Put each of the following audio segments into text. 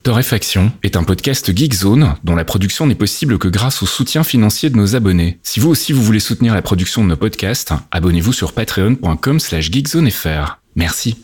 Torréfaction est un podcast Geekzone dont la production n'est possible que grâce au soutien financier de nos abonnés. Si vous aussi vous voulez soutenir la production de nos podcasts, abonnez-vous sur patreon.com/geekzonefr. Merci.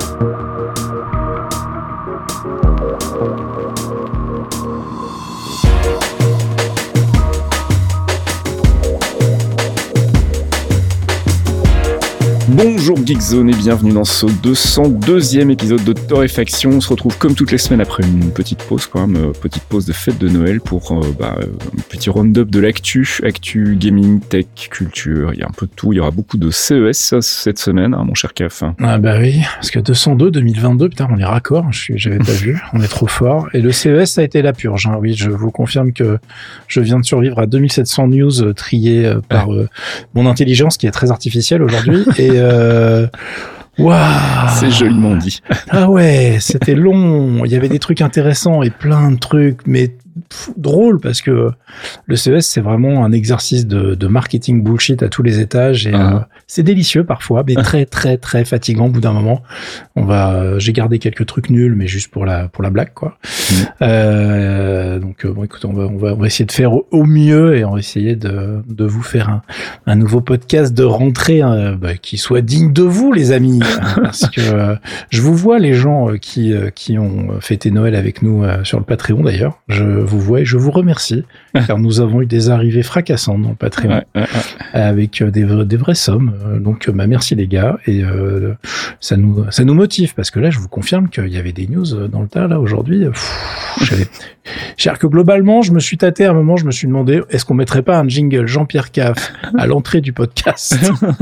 Bonjour Geekzone et bienvenue dans ce 202e épisode de Torréfaction. On se retrouve comme toutes les semaines après une petite pause, petite pause de fête de Noël pour un petit round-up de l'actu gaming, tech, culture, il y a un peu de tout. Il y aura beaucoup de CES cette semaine, hein, mon cher Caf. Ah bah oui, parce que 202, 2022, putain, on est raccord, j'avais pas vu, on est trop fort. Et le CES, ça a été la purge, hein. Oui, je vous confirme que je viens de survivre à 2700 news triées par mon intelligence qui est très artificielle aujourd'hui. Et waouh, c'est joliment dit. Ah ouais, c'était long. Il y avait des trucs intéressants et plein de trucs, mais drôle parce que le CES c'est vraiment un exercice de marketing bullshit à tous les étages et c'est délicieux parfois, mais très très très fatigant au bout d'un moment. J'ai gardé quelques trucs nuls, mais juste pour la blague quoi. Donc bon, écoute, on va essayer de faire au mieux et on va essayer de vous faire un nouveau podcast de rentrée qui soit digne de vous les amis, parce que je vous vois les gens qui ont fêté Noël avec nous sur le Patreon d'ailleurs. Je vous vois et je vous remercie car nous avons eu des arrivées fracassantes dans le Patreon avec des vraies sommes. Donc merci les gars et ça nous motive parce que là je vous confirme qu'il y avait des news dans le tas là aujourd'hui. C'est-à-dire que globalement je me suis tâté à un moment, je me suis demandé est-ce qu'on mettrait pas un jingle Jean-Pierre Caff à l'entrée du podcast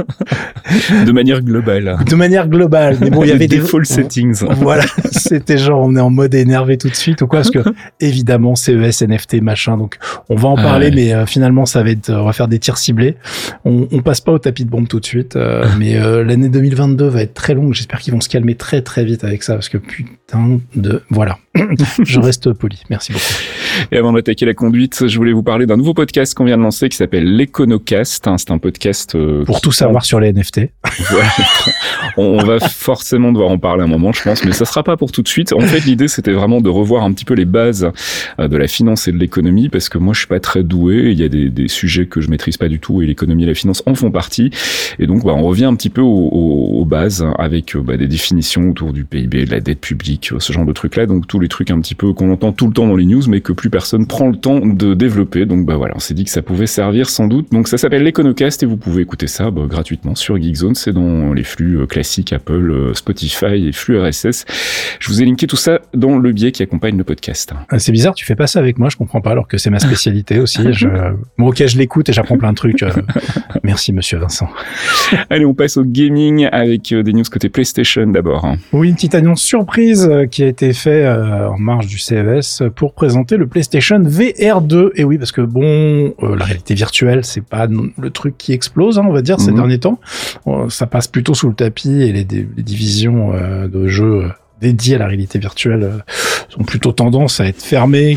de manière globale. De manière globale, mais bon il y avait des default settings. Voilà, c'était genre on est en mode énervé tout de suite ou quoi parce que évidemment CES, NFT, machin, donc on va en parler, mais finalement ça va être, on va faire des tirs ciblés. On passe pas au tapis de bombe tout de suite, mais l'année 2022 va être très longue. J'espère qu'ils vont se calmer très très vite avec ça, parce que putain de voilà. Je reste poli. Merci beaucoup. Et avant d'attaquer la conduite, je voulais vous parler d'un nouveau podcast qu'on vient de lancer qui s'appelle l'Econocast. C'est un podcast pour tout savoir sur les NFT. Voilà. On va forcément devoir en parler un moment, je pense, mais ça sera pas pour tout de suite. En fait, l'idée c'était vraiment de revoir un petit peu les bases de la finance et de l'économie, parce que moi je suis pas très doué. Il y a des sujets que je maîtrise pas du tout et l'économie et la finance en font partie. Et donc on revient un petit peu aux bases avec des définitions autour du PIB, de la dette publique, ce genre de trucs là. Donc tous les trucs un petit peu qu'on entend tout le temps dans les news, mais que plus personne prend le temps de développer. Donc voilà, on s'est dit que ça pouvait servir sans doute. Donc ça s'appelle l'Econocast et vous pouvez écouter ça gratuitement sur Geekzone. C'est dans les flux classiques Apple, Spotify et flux RSS. Je vous ai linké tout ça dans le billet qui accompagne le podcast. C'est bizarre, tu fais pas ça avec moi, je comprends pas, alors que c'est ma spécialité aussi. Bon, ok, je l'écoute et j'apprends plein de trucs. Merci, monsieur Vincent. Allez, on passe au gaming avec des news côté PlayStation d'abord. Oui, une petite annonce surprise qui a été faite en marge du CES pour présenter le PlayStation VR 2. Et oui, parce que la réalité virtuelle, c'est pas le truc qui explose, on va dire, ces derniers temps. Ça passe plutôt sous le tapis et les divisions de jeux dédiés à la réalité virtuelle sont plutôt tendance à être fermées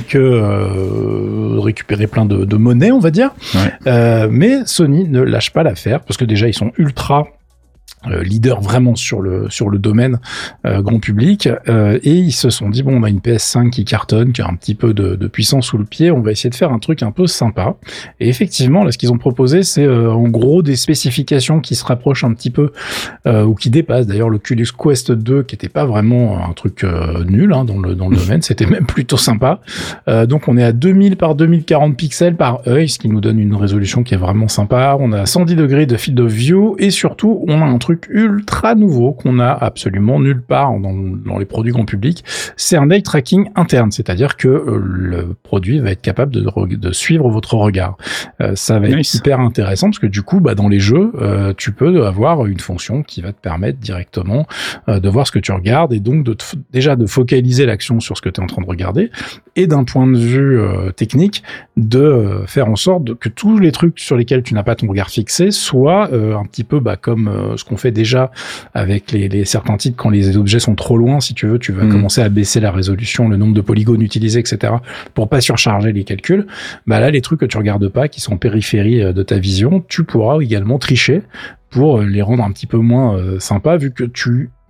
que récupérer plein de monnaie, on va dire. Ouais. Mais Sony ne lâche pas l'affaire parce que déjà ils sont ultra leader vraiment sur le domaine grand public et ils se sont dit on a une PS5 qui cartonne, qui a un petit peu de puissance sous le pied, on va essayer de faire un truc un peu sympa. Et effectivement là ce qu'ils ont proposé c'est en gros des spécifications qui se rapprochent un petit peu ou qui dépassent d'ailleurs l'Oculus Quest 2 qui était pas vraiment un truc nul dans le domaine, c'était même plutôt sympa. Donc on est à 2000 par 2040 pixels par œil, ce qui nous donne une résolution qui est vraiment sympa. On a 110 degrés de field of view et surtout on a un truc ultra nouveau qu'on a absolument nulle part dans les produits grand public, c'est un eye tracking interne, c'est-à-dire que le produit va être capable de suivre votre regard. Ça va être hyper intéressant parce que du coup, dans les jeux, tu peux avoir une fonction qui va te permettre directement de voir ce que tu regardes et donc déjà de focaliser l'action sur ce que tu es en train de regarder et d'un point de vue technique, de faire en sorte que tous les trucs sur lesquels tu n'as pas ton regard fixé soient un petit peu comme ce qu'on fait déjà avec les certains titres quand les objets sont trop loin, si tu veux, tu vas commencer à baisser la résolution, le nombre de polygones utilisés, etc. pour pas surcharger les calculs. Là, les trucs que tu regardes pas, qui sont en périphérie de ta vision, tu pourras également tricher pour les rendre un petit peu moins sympas, vu que tu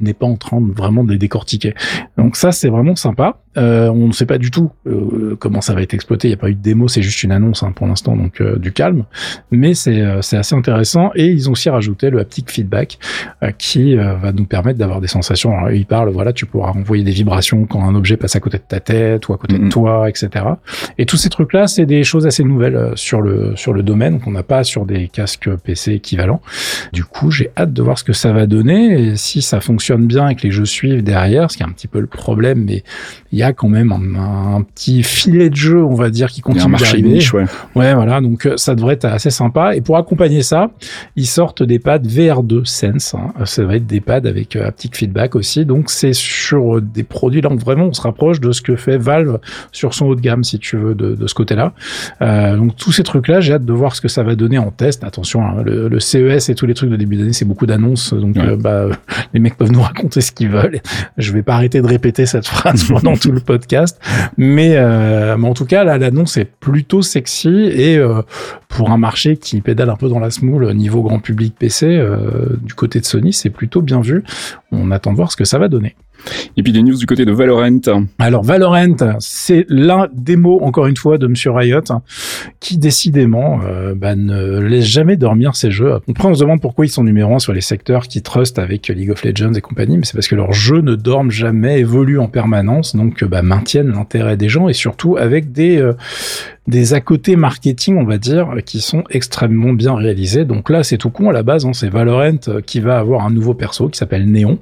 n'est pas en train de vraiment de les décortiquer. Donc ça, c'est vraiment sympa. On ne sait pas du tout comment ça va être exploité. Il n'y a pas eu de démo, c'est juste une annonce pour l'instant, donc du calme. Mais c'est assez intéressant. Et ils ont aussi rajouté le haptic feedback qui va nous permettre d'avoir des sensations. Alors, ils parlent, voilà, tu pourras envoyer des vibrations quand un objet passe à côté de ta tête ou à côté de toi, etc. Et tous ces trucs-là, c'est des choses assez nouvelles sur le domaine qu'on n'a pas sur des casques PC équivalents. Du coup, j'ai hâte de voir ce que ça va donner et si ça fonctionne bien et que les jeux suivent derrière, ce qui est un petit peu le problème, mais il y a quand même un petit filet de jeu, on va dire, qui continue d'arriver. Niche, ouais. Ouais, voilà, donc ça devrait être assez sympa. Et pour accompagner ça, ils sortent des pads VR2 Sense. Ça va être des pads avec haptic feedback aussi. Donc c'est sur des produits là où vraiment on se rapproche de ce que fait Valve sur son haut de gamme, si tu veux, de ce côté-là. Donc tous ces trucs-là, j'ai hâte de voir ce que ça va donner en test. Attention, le CES et tous les trucs de début d'année, c'est beaucoup d'annonces. Donc les mecs peuvent nous raconter ce qu'ils veulent. Je vais pas arrêter de répéter cette phrase pendant tout le podcast. Mais en tout cas, là, l'annonce est plutôt sexy et pour un marché qui pédale un peu dans la semoule niveau grand public PC, du côté de Sony, c'est plutôt bien vu. On attend de voir ce que ça va donner. Et puis des news du côté de Valorant. Alors Valorant, c'est la démo, encore une fois, de Monsieur Riot, qui décidément ne laisse jamais dormir ses jeux. Après, on se demande pourquoi ils sont numéro 1 sur les secteurs qui trustent avec League of Legends et compagnie, mais c'est parce que leurs jeux ne dorment jamais, évoluent en permanence, donc maintiennent l'intérêt des gens et surtout avec des à côté marketing, on va dire, qui sont extrêmement bien réalisés. Donc là, c'est tout con à la base, c'est Valorant qui va avoir un nouveau perso qui s'appelle Néon.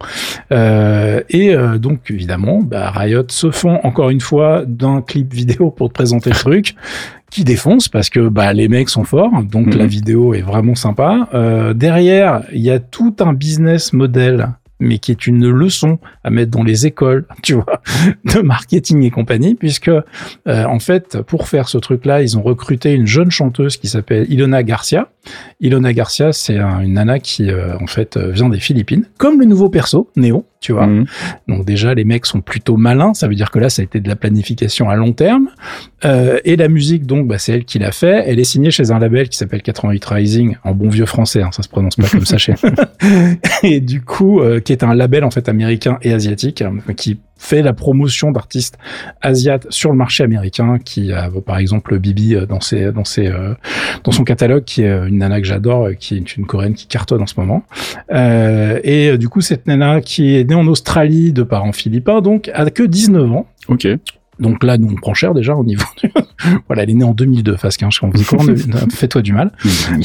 Donc évidemment, Riot se font encore une fois d'un clip vidéo pour te présenter le truc, qui défonce parce que les mecs sont forts, donc la vidéo est vraiment sympa. Derrière, il y a tout un business model, mais qui est une leçon à mettre dans les écoles, tu vois, de marketing et compagnie, puisque en fait, pour faire ce truc-là, ils ont recruté une jeune chanteuse qui s'appelle Ilona Garcia. Ilona Garcia, c'est une nana qui en fait vient des Philippines, comme le nouveau perso Néo, tu vois. Donc déjà, les mecs sont plutôt malins. Ça veut dire que là, ça a été de la planification à long terme. Et la musique, donc, c'est elle qui l'a fait. Elle est signée chez un label qui s'appelle 88 Rising, en bon vieux français. Ça se prononce pas comme ça chez. Et du coup, qui est un label en fait américain et asiatique, qui fait la promotion d'artistes asiates sur le marché américain, qui a par exemple Bibi dans son catalogue, qui est une nana que j'adore, qui est une coréenne qui cartonne en ce moment. Et du coup, cette nana qui est née en Australie de parents philippins, donc a que 19 ans. Ok. Donc là, nous, on prend cher déjà au niveau voilà, elle est née en 2002, Fasquin, je comprends. Fais-toi du mal.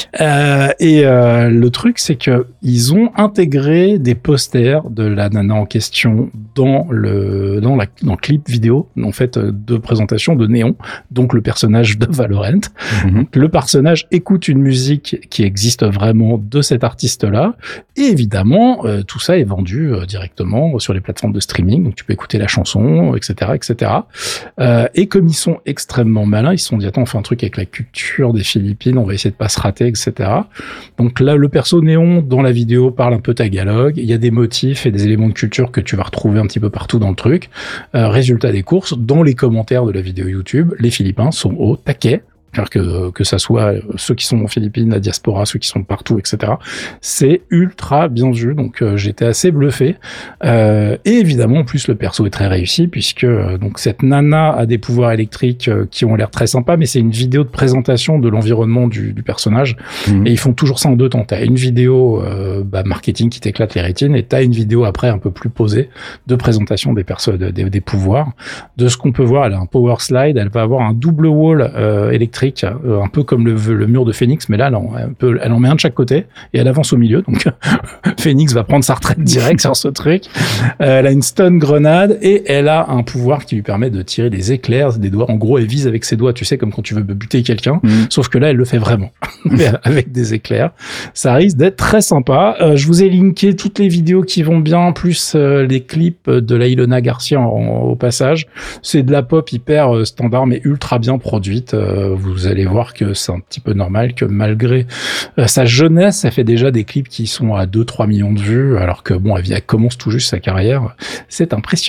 Le truc, c'est que ils ont intégré des posters de la nana en question dans le clip vidéo, en fait, de présentation de Néon, donc le personnage de Valorant. Le personnage écoute une musique qui existe vraiment de cet artiste-là, et évidemment, tout ça est vendu directement sur les plateformes de streaming, donc tu peux écouter la chanson, etc., etc. Et comme ils sont extrêmement malins, ils se sont dit, attends, on fait un truc avec la culture des Philippines, on va essayer de pas se rater, etc. Donc là, le perso Néon dans la vidéo parle un peu tagalog, il y a des motifs et des éléments de culture que tu vas retrouver un petit peu partout dans le truc. Résultat des courses, dans les commentaires de la vidéo YouTube, les Philippins sont au taquet. Que ça soit ceux qui sont en Philippines, la diaspora, ceux qui sont partout, etc. C'est ultra bien vu, donc j'étais assez bluffé. Et évidemment, en plus, le perso est très réussi, puisque donc cette nana a des pouvoirs électriques qui ont l'air très sympas, mais c'est une vidéo de présentation de l'environnement du personnage, et ils font toujours ça en deux temps. T'as une vidéo marketing qui t'éclate les rétines, et t'as une vidéo après un peu plus posée de présentation des des pouvoirs. De ce qu'on peut voir, elle a un power slide, elle va avoir un double wall électrique, un peu comme le mur de Phoenix, mais là, elle en met un de chaque côté et elle avance au milieu. Donc, Phoenix va prendre sa retraite direct sur ce truc. Elle a une stun grenade et elle a un pouvoir qui lui permet de tirer des éclairs des doigts. En gros, elle vise avec ses doigts, tu sais, comme quand tu veux buter quelqu'un. Sauf que là, elle le fait vraiment avec des éclairs. Ça risque d'être très sympa. Je vous ai linké toutes les vidéos qui vont bien, plus les clips de la Ilona Garcia au passage. C'est de la pop hyper standard, mais ultra bien produite. Vous allez voir que c'est un petit peu normal que malgré sa jeunesse, elle fait déjà des clips qui sont à 2-3 millions de vues, alors que bon, elle commence tout juste sa carrière. C'est impressionnant.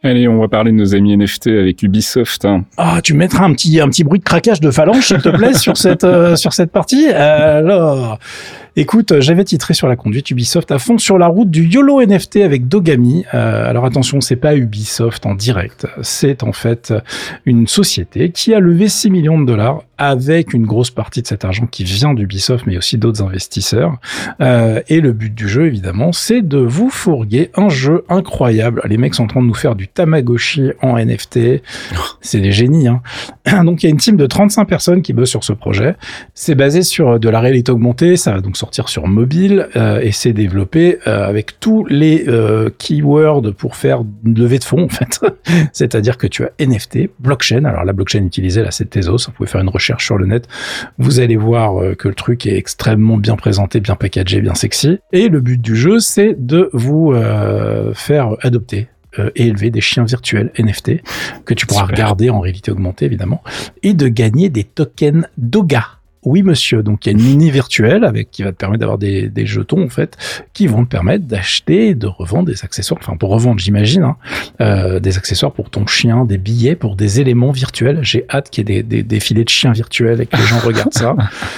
Allez, on va parler de nos amis NFT avec Ubisoft. Ah, tu mettras un petit bruit de craquage de phalange, s'il te plaît, sur cette partie. Alors, écoute, j'avais titré sur la conduite Ubisoft à fond sur la route du YOLO NFT avec Dogami. Alors attention, c'est pas Ubisoft en direct. C'est en fait une société qui a levé 6 millions de dollars avec une grosse partie de cet argent qui vient d'Ubisoft, mais aussi d'autres investisseurs. Et le but du jeu, évidemment, c'est de vous fourguer un jeu incroyable. Les mecs sont en train de nous faire du Tamagotchi en NFT. C'est des génies, hein. Donc, il y a une team de 35 personnes qui bossent sur ce projet. C'est basé sur de la réalité augmentée. Ça va donc sortir sur mobile et c'est développé avec tous les keywords pour faire une levée de fonds, en fait. C'est-à-dire que tu as NFT, blockchain. Alors, la blockchain utilisée, là, c'est Tezos. Vous pouvez faire une recherche sur le net. Vous allez voir que le truc est extrêmement bien présenté, bien packagé, bien sexy. Et le but du jeu, c'est de vous faire adopter et élever des chiens virtuels NFT que tu pourras regarder en réalité augmentée, évidemment, et de gagner des tokens Doga. Oui, monsieur. Donc, il y a une mini virtuelle qui va te permettre d'avoir des jetons, en fait, qui vont te permettre d'acheter et de revendre des accessoires. Enfin, pour revendre, j'imagine, des accessoires pour ton chien, des billets pour des éléments virtuels. J'ai hâte qu'il y ait des défilés de chiens virtuels et que les gens regardent ça.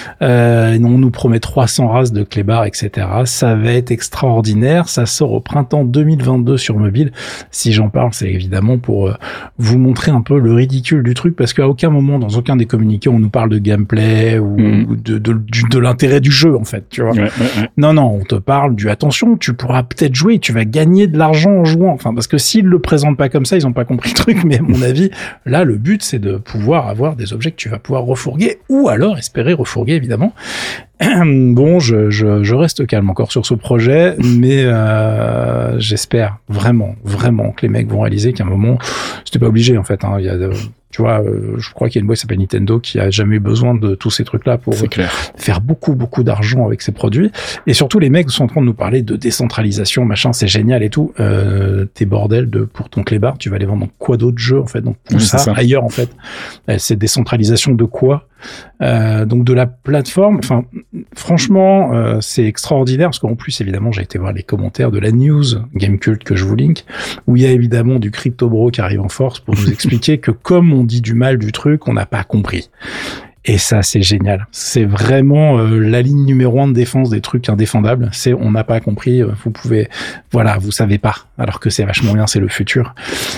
On nous promet 300 races de clébards, etc. Ça va être extraordinaire. Ça sort au printemps 2022 sur mobile. Si j'en parle, c'est évidemment pour vous montrer un peu le ridicule du truc, parce qu'à aucun moment, dans aucun des communiqués, on nous parle de gameplay ou de l'intérêt du jeu, en fait, tu vois. Ouais. Non, on te parle attention, tu pourras peut-être jouer, tu vas gagner de l'argent en jouant. Enfin, parce que s'ils le présentent pas comme ça, ils ont pas compris le truc, mais à mon avis, là, le but, c'est de pouvoir avoir des objets que tu vas pouvoir refourguer, ou alors espérer refourguer, évidemment. Bon, je reste calme encore sur ce projet, mais j'espère vraiment que les mecs vont réaliser qu'à un moment, c'était pas obligé, en fait, hein. Il y a tu vois, je crois qu'il y a une boîte qui s'appelle Nintendo qui a jamais eu besoin de tous ces trucs-là pour faire beaucoup d'argent avec ses produits. Et surtout, les mecs sont en train de nous parler de décentralisation, machin, c'est génial et tout. Tes bordels pour ton clébard, tu vas les vendre dans quoi d'autres jeux, en fait? Donc, pour ça, ailleurs, en fait. C'est décentralisation de quoi? Donc de la plateforme, enfin franchement c'est extraordinaire parce qu'en plus évidemment j'ai été voir les commentaires de la news Gamecult que je vous link, où il y a évidemment du crypto bro qui arrive en force pour nous expliquer que comme on dit du mal du truc, on n'a pas compris. Et ça, c'est génial. C'est vraiment la ligne numéro 1 de défense des trucs indéfendables. C'est on n'a pas compris, vous savez pas, alors que c'est vachement bien, c'est le futur.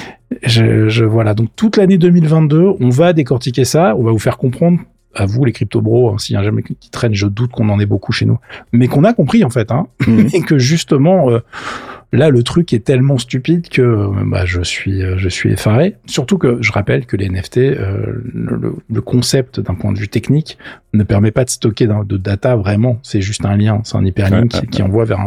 Voilà. Donc toute l'année 2022, on va décortiquer ça, on va vous faire comprendre, à vous les crypto bros, s'il y a jamais qui traîne, je doute qu'on en ait beaucoup chez nous, mais qu'on a compris en fait, et que justement là le truc est tellement stupide que je suis effaré. Surtout que je rappelle que les NFT, le concept d'un point de vue technique ne permet pas de stocker de data vraiment. C'est juste un lien, c'est un hyperlink qui envoie vers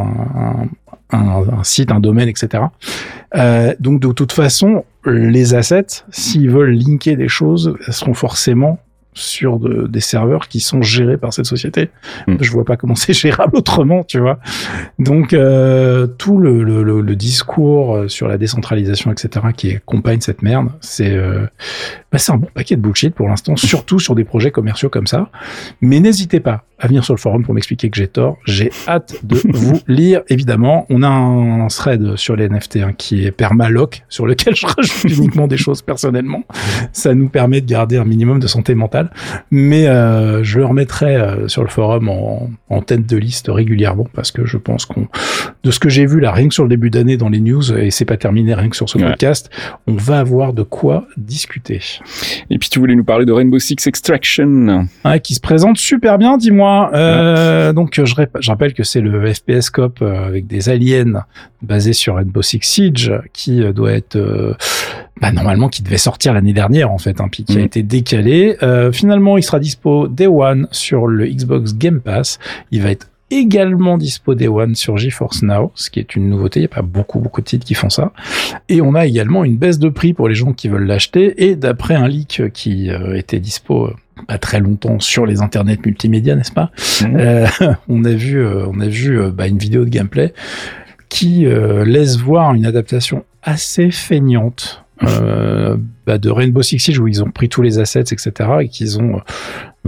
un site, un domaine, etc. Donc de toute façon, les assets, s'ils veulent linker des choses, elles seront forcément sur des serveurs qui sont gérés par cette société. Je vois pas comment c'est gérable autrement, tu vois. Donc tout le discours sur la décentralisation, etc., qui accompagne cette merde, c'est un bon paquet de bullshit pour l'instant, surtout sur des projets commerciaux comme ça. Mais n'hésitez pas à venir sur le forum pour m'expliquer que j'ai tort. J'ai hâte de vous lire, évidemment. On a un thread sur les NFT qui est permaloc, sur lequel je rajoute uniquement des choses personnellement. Ça nous permet de garder un minimum de santé mentale. Mais je le remettrai sur le forum en tête de liste régulièrement, parce que je pense de ce que j'ai vu là, rien que sur le début d'année dans les news, et c'est pas terminé rien que sur ce podcast, on va avoir de quoi discuter. Et puis tu voulais nous parler de Rainbow Six Extraction. Qui se présente super bien, dis-moi. Donc je rappelle que c'est le FPS Cop avec des aliens basé sur Rainbow Six Siege qui doit être normalement qui devait sortir l'année dernière en fait, puis qui a été décalé. Finalement, il sera dispo Day One sur le Xbox Game Pass. Il va être également dispo Day One sur GeForce Now, ce qui est une nouveauté. Il n'y a pas beaucoup de titres qui font ça. Et on a également une baisse de prix pour les gens qui veulent l'acheter. Et d'après un leak qui était dispo pas très longtemps sur les internets multimédia, n'est-ce pas? On a vu une vidéo de gameplay qui laisse voir une adaptation assez feignante de Rainbow Six Siege, où ils ont pris tous les assets, etc., et qu'ils ont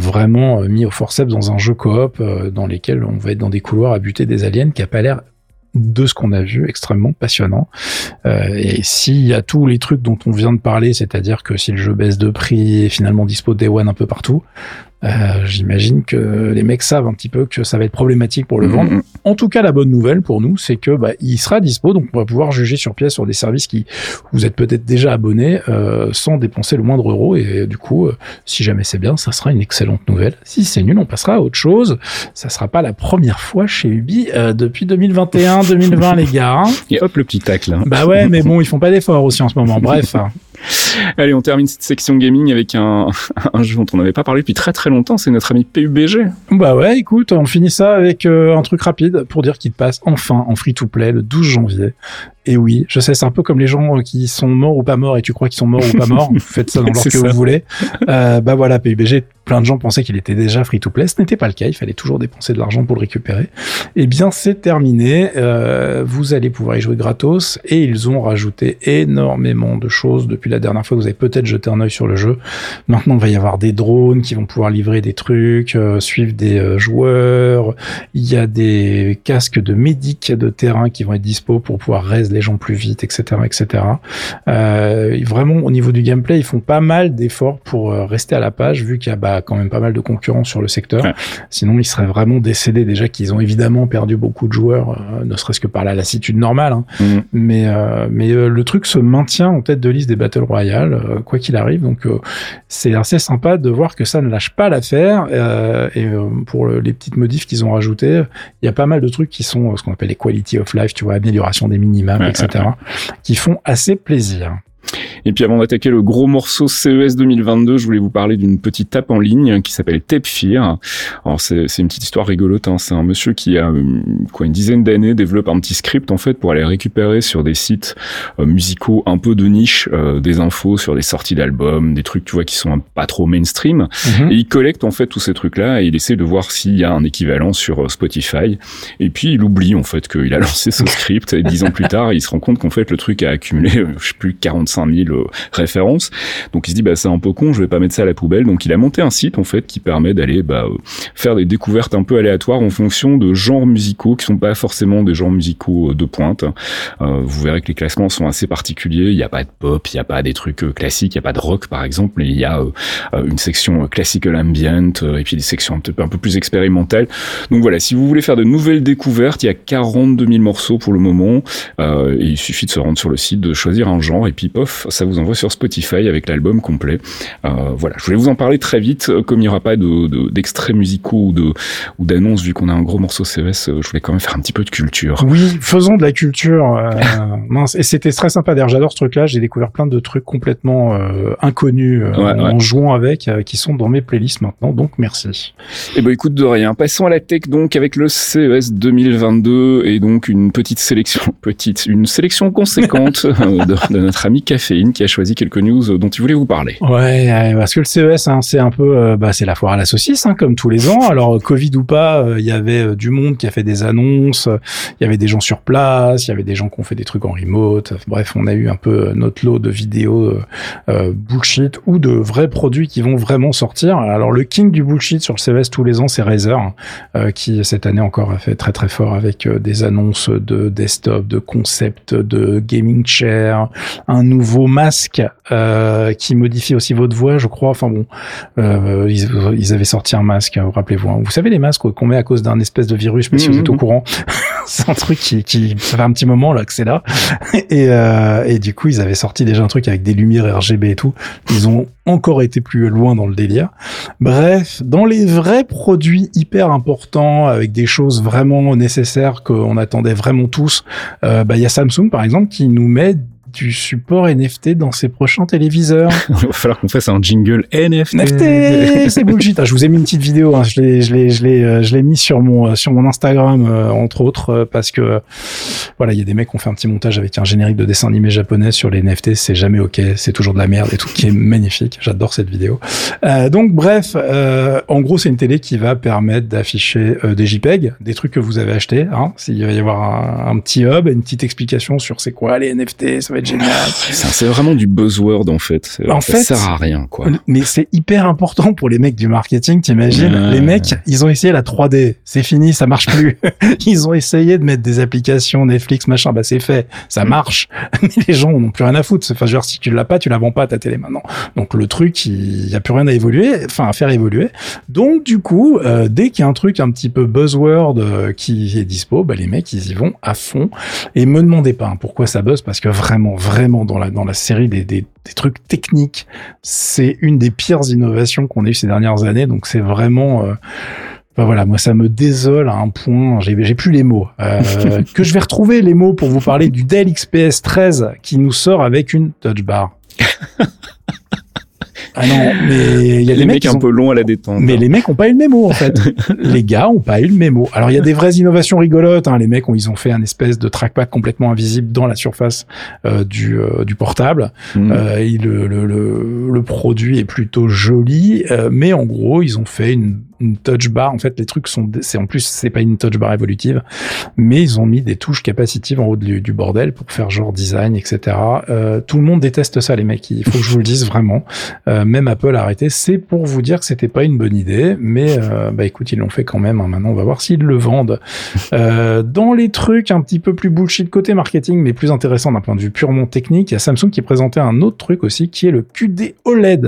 vraiment mis au forceps dans un jeu coop dans lesquels on va être dans des couloirs à buter des aliens, qui a pas l'air de ce qu'on a vu, extrêmement passionnant. Et s'il y a tous les trucs dont on vient de parler, c'est-à-dire que si le jeu baisse de prix et finalement dispo Day One un peu partout, j'imagine que les mecs savent un petit peu que ça va être problématique pour le vendre. En tout cas, la bonne nouvelle pour nous, c'est que il sera dispo, donc on va pouvoir juger sur pièce sur des services qui vous êtes peut-être déjà abonnés sans dépenser le moindre euro. Et du coup, si jamais c'est bien, ça sera une excellente nouvelle. Si c'est nul, on passera à autre chose. Ça sera pas la première fois chez Ubi depuis 2021-2020, les gars. Hein. Et hop, le petit tacle. Hein. Bah ouais, mais bon, ils font pas d'efforts aussi en ce moment. Bref. Allez, on termine cette section gaming avec un jeu dont on n'avait pas parlé depuis très très longtemps, c'est notre ami PUBG. Bah ouais, écoute, on finit ça avec un truc rapide pour dire qu'il passe enfin en free-to-play le 12 janvier. Et oui, je sais, c'est un peu comme les gens qui sont morts ou pas morts et tu crois qu'ils sont morts ou pas morts. Vous faites ça dans l'ordre que vous voulez. Bah voilà, PUBG, plein de gens pensaient qu'il était déjà free-to-play. Ce n'était pas le cas. Il fallait toujours dépenser de l'argent pour le récupérer. Eh bien, c'est terminé. Vous allez pouvoir y jouer gratos et ils ont rajouté énormément de choses depuis la dernière fois que vous avez peut-être jeté un œil sur le jeu. Maintenant, il va y avoir des drones qui vont pouvoir livrer des trucs, suivre des joueurs. Il y a des casques de médic de terrain qui vont être dispo pour pouvoir raise les gens plus vite, etc., etc. Vraiment, au niveau du gameplay, ils font pas mal d'efforts pour rester à la page, vu qu'il y a quand même pas mal de concurrence sur le secteur. Ouais. Sinon, ils seraient vraiment décédés. Déjà qu'ils ont évidemment perdu beaucoup de joueurs, ne serait-ce que par la lassitude normale. Hein. Mais le truc se maintient en tête de liste des Battle Royale, quoi qu'il arrive. Donc, c'est assez sympa de voir que ça ne lâche pas l'affaire. Et pour les petites modifs qu'ils ont rajoutées, il y a pas mal de trucs qui sont ce qu'on appelle les quality of life, tu vois, amélioration des minima, etc., qui font assez plaisir. Et puis avant d'attaquer le gros morceau CES 2022, je voulais vous parler d'une petite tape en ligne qui s'appelle Tapefear. Alors c'est une petite histoire rigolote, hein. C'est un monsieur qui a une dizaine d'années développe un petit script en fait pour aller récupérer sur des sites musicaux un peu de niche des infos sur des sorties d'albums, des trucs tu vois qui sont pas trop mainstream. Et il collecte en fait tous ces trucs-là et il essaie de voir s'il y a un équivalent sur Spotify. Et puis il oublie en fait qu'il a lancé ce script et 10 ans plus tard, il se rend compte qu'en fait le truc a accumulé je sais plus 45 000 références. Donc il se dit c'est un peu con, je vais pas mettre ça à la poubelle. Donc il a monté un site en fait qui permet d'aller faire des découvertes un peu aléatoires en fonction de genres musicaux qui sont pas forcément des genres musicaux de pointe. Vous verrez que les classements sont assez particuliers. Il y a pas de pop, il y a pas des trucs classiques, il y a pas de rock par exemple, mais il y a une section classical ambient et puis des sections un peu plus expérimentales. Donc voilà, si vous voulez faire de nouvelles découvertes, il y a 42 000 morceaux pour le moment. Et il suffit de se rendre sur le site, de choisir un genre et puis pof, ça vous envoie sur Spotify avec l'album complet. Voilà, je voulais vous en parler très vite. Comme il n'y aura pas d'extraits musicaux ou d'annonces, vu qu'on a un gros morceau CES, je voulais quand même faire un petit peu de culture. Oui, faisons de la culture. Mince. Et c'était très sympa. D'ailleurs, j'adore ce truc-là. J'ai découvert plein de trucs complètement inconnus en jouant avec, qui sont dans mes playlists maintenant. Donc, merci. Eh ben, écoute, de rien. Passons à la tech, donc, avec le CES 2022 et donc une sélection conséquente de notre ami Caféine qui a choisi quelques news dont il voulait vous parler. Ouais, parce que le CES, c'est un peu, c'est la foire à la saucisse, comme tous les ans. Alors, Covid ou pas, il y avait du monde qui a fait des annonces, il y avait des gens sur place, il y avait des gens qui ont fait des trucs en remote. Bref, on a eu un peu notre lot de vidéos bullshit ou de vrais produits qui vont vraiment sortir. Alors, le king du bullshit sur le CES tous les ans, c'est Razer, qui cette année encore a fait très très fort avec des annonces de desktop, de concept, de gaming chair, un nouveau masque qui modifie aussi votre voix, je crois. Enfin bon, ils avaient sorti un masque, rappelez-vous. Vous savez les masques qu'on met à cause d'un espèce de virus, je sais pas si vous êtes au courant. C'est un truc qui ça fait un petit moment là que c'est là. Et du coup, ils avaient sorti déjà un truc avec des lumières RGB et tout. Ils ont encore été plus loin dans le délire. Bref, dans les vrais produits hyper importants, avec des choses vraiment nécessaires qu'on attendait vraiment tous, il y a Samsung par exemple qui nous met du support NFT dans ses prochains téléviseurs. Il va falloir qu'on fasse un jingle NFT. C'est bullshit. Je vous ai mis une petite vidéo. Je l'ai mis sur mon Instagram entre autres parce que voilà, il y a des mecs qui ont fait un petit montage avec un générique de dessin animé japonais sur les NFT. C'est jamais ok. C'est toujours de la merde et tout, qui est magnifique. J'adore cette vidéo. Donc bref, en gros, c'est une télé qui va permettre d'afficher des JPEG, des trucs que vous avez achetés. S'il va y avoir un petit hub, une petite explication sur c'est quoi les NFT, ça va être être génial. C'est vraiment du buzzword en fait. Ça sert à rien quoi. Mais c'est hyper important pour les mecs du marketing, t'imagines? Les mecs, ils ont essayé la 3D, c'est fini, ça marche plus. Ils ont essayé de mettre des applications Netflix machin, bah c'est fait, ça marche. Mais les gens n'ont plus rien à foutre. Enfin, genre si tu l'as pas, tu la vends pas à ta télé maintenant. Donc le truc, il y a plus rien à faire évoluer. Donc du coup, dès qu'il y a un truc un petit peu buzzword qui est dispo, bah les mecs ils y vont à fond. Et me demandez pas pourquoi ça buzz, parce que vraiment dans la série des trucs techniques, c'est une des pires innovations qu'on ait eu ces dernières années. Donc c'est vraiment voilà, moi ça me désole à un point, j'ai plus les mots. Que je vais retrouver les mots pour vous parler du Dell XPS 13 qui nous sort avec une touch bar. Ah non, mais il y a les mecs un peu longs à la détente. Mais les mecs ont pas eu le mémo en fait. Les gars ont pas eu le mémo. Alors il y a des vraies innovations rigolotes. Les mecs ils ont fait un espèce de trackpad complètement invisible dans la surface du portable. Le produit est plutôt joli, mais en gros ils ont fait une touch bar. En fait, les trucs c'est pas une touch bar évolutive, mais ils ont mis des touches capacitives en haut du bordel pour faire genre design, etc. Tout le monde déteste ça, les mecs. Il faut que je vous le dise vraiment. Même Apple a arrêté. C'est pour vous dire que c'était pas une bonne idée, mais écoute, ils l'ont fait quand même. Maintenant, on va voir s'ils le vendent. Dans les trucs un petit peu plus bullshit côté marketing, mais plus intéressant d'un point de vue purement technique, il y a Samsung qui présentait un autre truc aussi, qui est le QD OLED.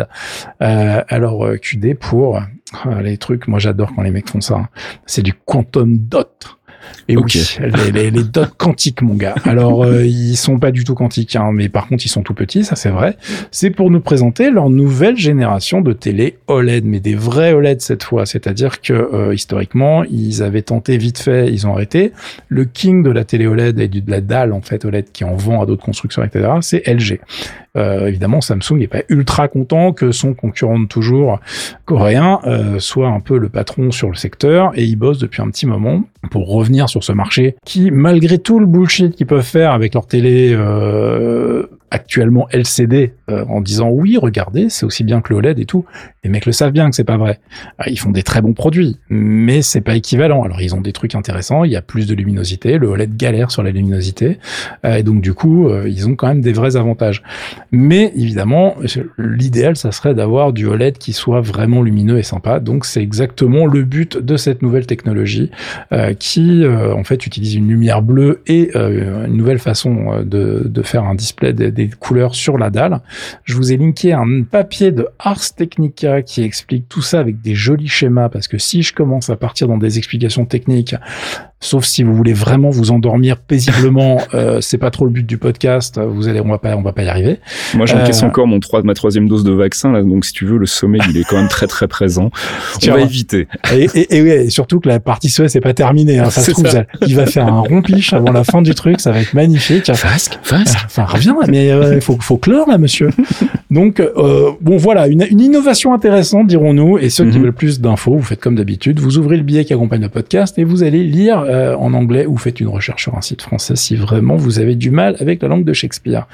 Alors QD pour les trucs, moi j'adore quand les mecs font ça. C'est du quantum dot. Et okay. Oui, les dots quantiques, mon gars. Alors, ils sont pas du tout quantiques, mais par contre, ils sont tout petits, ça c'est vrai. C'est pour nous présenter leur nouvelle génération de télé OLED, mais des vrais OLED cette fois. C'est-à-dire que, historiquement, ils avaient tenté vite fait, ils ont arrêté. Le king de la télé OLED et de la dalle, en fait, OLED qui en vend à d'autres constructeurs, etc., c'est LG. Évidemment, Samsung n'est pas ultra content que son concurrent de toujours coréen soit un peu le patron sur le secteur, et il bosse depuis un petit moment pour revenir sur ce marché qui, malgré tout le bullshit qu'ils peuvent faire avec leur télé actuellement LCD, en disant oui, regardez, c'est aussi bien que le OLED et tout. Les mecs le savent bien que c'est pas vrai. Ils font des très bons produits, mais c'est pas équivalent. Alors ils ont des trucs intéressants, il y a plus de luminosité, le OLED galère sur la luminosité, et donc du coup, ils ont quand même des vrais avantages. Mais évidemment, l'idéal, ça serait d'avoir du OLED qui soit vraiment lumineux et sympa. Donc c'est exactement le but de cette nouvelle technologie qui, en fait, utilise une lumière bleue et une nouvelle façon de faire un display des couleurs sur la dalle. Je vous ai linké un papier de Ars Technica qui explique tout ça avec des jolis schémas, parce que si je commence à partir dans des explications techniques, sauf si vous voulez vraiment vous endormir paisiblement, c'est pas trop le but du podcast, on va pas y arriver. Moi, j'encaisse encore ma troisième dose de vaccin, là, donc si tu veux, le sommeil, il est quand même très très présent. On va éviter. Et surtout que la partie SOS c'est pas terminée, ça se trouve, il va faire un rompiche avant la fin du truc, ça va être magnifique. Fasque. Enfin, reviens, mais faut clore là, monsieur. Donc, bon, voilà, une innovation intéressante, dirons-nous, et ceux qui veulent plus d'infos, vous faites comme d'habitude, vous ouvrez le billet qui accompagne le podcast et vous allez lire en anglais, ou faites une recherche sur un site français si vraiment vous avez du mal avec la langue de Shakespeare.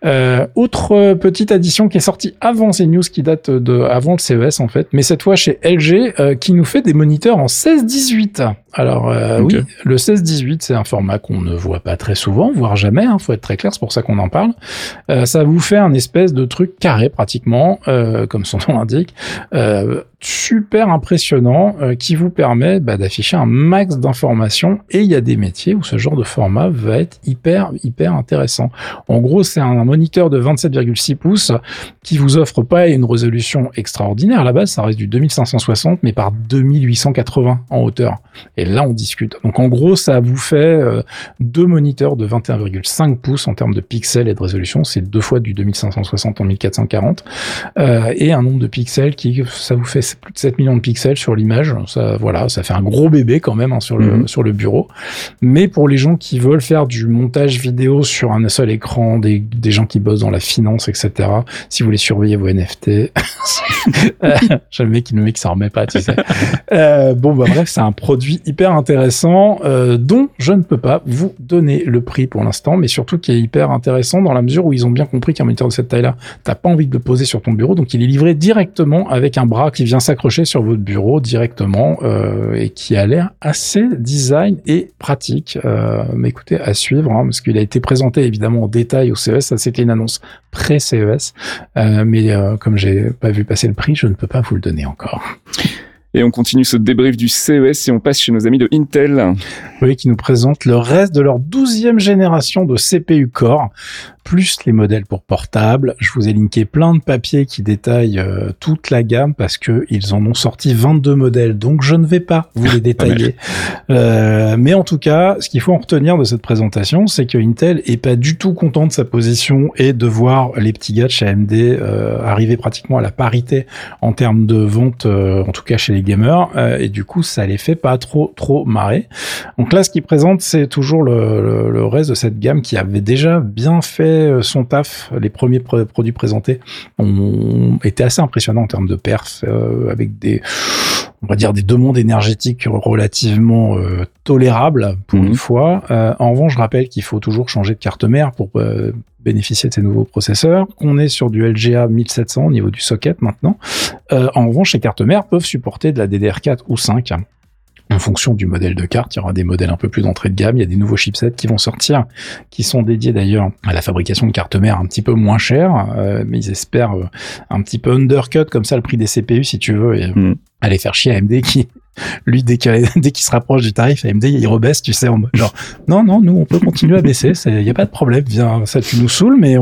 Autre petite addition qui est sortie avant ces news qui datent avant le CES en fait, mais cette fois chez LG, qui nous fait des moniteurs en 16-18. Alors okay. Oui, le 16-18 c'est un format qu'on ne voit pas très souvent, voire jamais, faut être très clair, c'est pour ça qu'on en parle. Ça vous fait un espèce de truc carré pratiquement, comme son nom l'indique, super impressionnant, qui vous permet d'afficher un max d'informations, et il y a des métiers où ce genre de format va être hyper intéressant. En gros, c'est un moniteur de 27,6 pouces qui vous offre pas une résolution extraordinaire. À la base, ça reste du 2560 mais par 2880 en hauteur. Et là, on discute. Donc en gros, ça vous fait deux moniteurs de 21,5 pouces en termes de pixels et de résolution. C'est 2 fois du 2560 en 1440, et un nombre de pixels ça vous fait plus de 7 millions de pixels sur l'image. Ça, voilà, ça fait un gros bébé quand même sur le bureau. Mais pour les gens qui veulent faire du montage vidéo sur un seul écran, des gens qui bossent dans la finance, etc., si vous voulez surveiller vos NFT, le mec s'en remet pas, tu sais. Bref, c'est un produit hyper intéressant, dont je ne peux pas vous donner le prix pour l'instant, mais surtout qui est hyper intéressant dans la mesure où ils ont bien compris qu'un moniteur de cette taille-là, t'as pas envie de le poser sur ton bureau, donc il est livré directement avec un bras qui vient s'accrocher sur votre bureau directement, et qui a l'air assez design et pratique. Mais écoutez, à suivre, hein, parce qu'il a été présenté évidemment en détail au CES, ça c'était une annonce pré-CES, mais comme j'ai pas vu passer le prix, je ne peux pas vous le donner encore. Et on continue ce débrief du CES et on passe chez nos amis de Intel. Oui, qui nous présentent le reste de leur 12e génération de CPU Core, plus les modèles pour portable. Je vous ai linké plein de papiers qui détaillent toute la gamme parce que ils en ont sorti 22 modèles, donc je ne vais pas vous les détailler. Mais en tout cas, ce qu'il faut en retenir de cette présentation, c'est que Intel est pas du tout content de sa position et de voir les petits gars de chez AMD arriver pratiquement à la parité en termes de vente, en tout cas chez les gamers, et du coup, ça les fait pas trop marrer. Donc là, ce qu'ils présentent, c'est toujours le reste de cette gamme qui avait déjà bien fait son taf. Les premiers produits présentés ont été assez impressionnants en termes de perf, avec on va dire des demandes énergétiques relativement tolérables pour une fois. En revanche, je rappelle qu'il faut toujours changer de carte mère pour bénéficier de ces nouveaux processeurs, qu'on est sur du LGA 1700 au niveau du socket maintenant. En revanche, ces cartes mères peuvent supporter de la DDR4 ou 5. En fonction du modèle de carte, il y aura des modèles un peu plus d'entrée de gamme. Il y a des nouveaux chipsets qui vont sortir, qui sont dédiés d'ailleurs à la fabrication de cartes mères un petit peu moins chères, mais ils espèrent un petit peu undercut comme ça le prix des CPU si tu veux, et aller faire chier AMD qui, lui, dès qu'il se rapproche du tarif, AMD, il rebaisse, tu sais, en mode genre, non, nous, on peut continuer à baisser, y a pas de problème, viens, ça, tu nous saoules, mais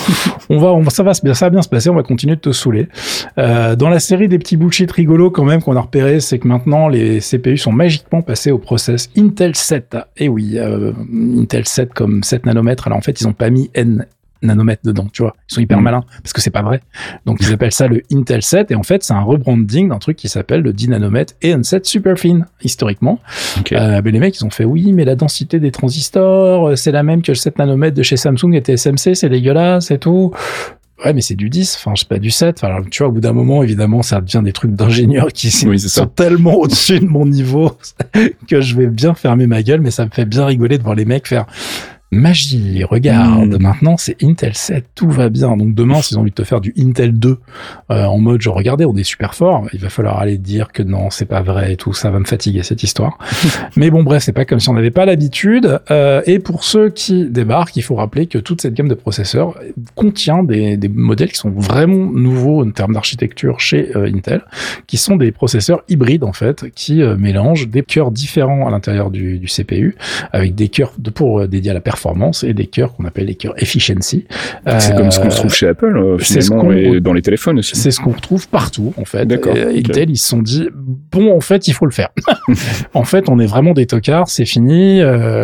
ça va bien se passer, on va continuer de te saouler. Dans la série des petits bullshit rigolos, quand même, qu'on a repéré, c'est que maintenant, les CPU sont magiquement passés au process Intel 7. Et oui, Intel 7 comme 7 nanomètres. Alors, en fait, ils ont pas mis N nanomètres dedans, tu vois. Ils sont hyper malins, parce que c'est pas vrai. Donc, ils appellent ça le Intel 7, et en fait, c'est un rebranding d'un truc qui s'appelle le 10 nanomètres et un 7 Superfine, historiquement. Okay. Mais les mecs, ils ont fait, oui, mais la densité des transistors, c'est la même que le 7 nanomètres de chez Samsung et TSMC, c'est dégueulasse et tout. Ouais, mais c'est du 10, enfin, je sais pas, du 7. Enfin, tu vois, au bout d'un moment, évidemment, ça devient des trucs d'ingénieurs qui sont tellement au-dessus de mon niveau que je vais bien fermer ma gueule, mais ça me fait bien rigoler de voir les mecs faire magie, regarde, maintenant c'est Intel 7, tout va bien. Donc demain, s'ils ont envie de te faire du Intel 2 en mode genre regardez, on est super fort, il va falloir aller dire que non, c'est pas vrai et tout, ça va me fatiguer cette histoire. Mais bon, bref, c'est pas comme si on n'avait pas l'habitude. Et pour ceux qui débarquent, il faut rappeler que toute cette gamme de processeurs contient des modèles qui sont vraiment nouveaux en termes d'architecture chez Intel, qui sont des processeurs hybrides en fait, qui mélangent des cœurs différents à l'intérieur du CPU, avec des cœurs dédiés à la performance et des cœurs qu'on appelle les cœurs efficiency. C'est comme ce qu'on trouve chez Apple, finalement, et dans les téléphones aussi. C'est ce qu'on retrouve partout, en fait. D'accord. Intel, ils se sont dit, bon, en fait, il faut le faire. En fait, on est vraiment des tocards, c'est fini.